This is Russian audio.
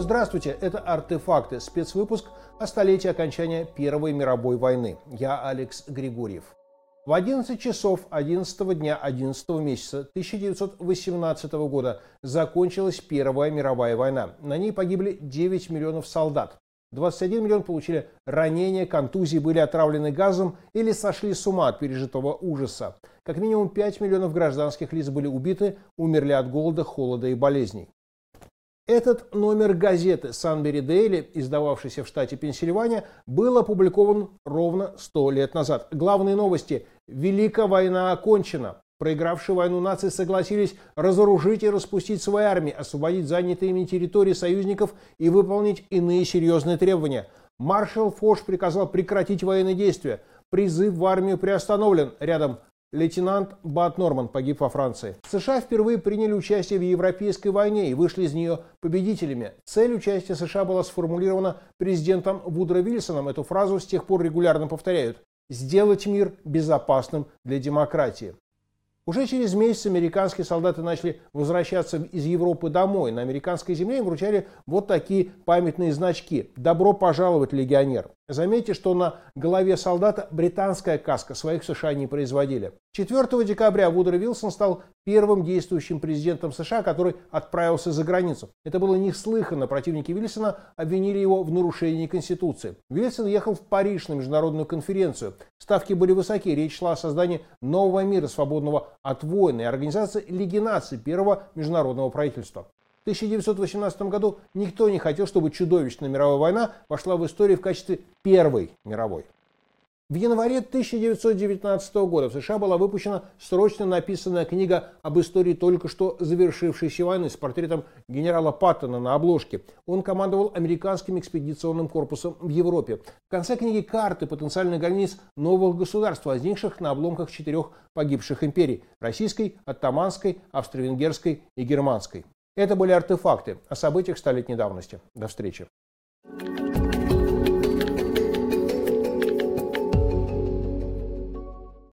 здравствуйте! Это «Артефакты», спецвыпуск о столетии окончания Первой мировой войны. Я Алекс Григорьев. В 11 часов 11 дня 11 месяца 1918 года закончилась Первая мировая война. На ней погибли 9 миллионов солдат. 21 миллион получили ранения, контузии, были отравлены газом или сошли с ума от пережитого ужаса. Как минимум 5 миллионов гражданских лиц были убиты, умерли от голода, холода и болезней. Этот номер газеты «Санбери Дейли», издававшийся в штате Пенсильвания, был опубликован ровно 100 лет назад. Главные новости: Великая война окончена. Проигравшие войну нации согласились разоружить и распустить свои армии, освободить занятые ими территории союзников и выполнить иные серьезные требования. Маршал Фош приказал прекратить военные действия. Призыв в армию приостановлен. Рядом лейтенант Бат Норман погиб во Франции. США впервые приняли участие в Европейской войне и вышли из нее победителями. Цель участия США была сформулирована президентом Вудро Вильсоном. Эту фразу с тех пор регулярно повторяют: «Сделать мир безопасным для демократии». Уже через месяц американские солдаты начали возвращаться из Европы домой. На американской земле им вручали вот такие памятные значки: «Добро пожаловать, легионер». Заметьте, что на голове солдата британская каска, своих в США не производили. 4 декабря Вудро Вильсон стал первым действующим президентом США, который отправился за границу. Это было неслыханно. Противники Вильсона обвинили его в нарушении Конституции. Вильсон ехал в Париж на международную конференцию. Ставки были высоки. Речь шла о создании нового мира, свободного от войн, и организации Лиги наций, первого международного правительства. В 1918 году никто не хотел, чтобы чудовищная мировая война вошла в историю в качестве Первой мировой. В январе 1919 года в США была выпущена срочно написанная книга об истории только что завершившейся войны с портретом генерала Паттона на обложке. Он командовал американским экспедиционным корпусом в Европе. В конце книги карты потенциальных границ новых государств, возникших на обломках 4 погибших империй – российской, оттоманской, австро-венгерской и германской. Это были артефакты о событиях столетней давности. До встречи.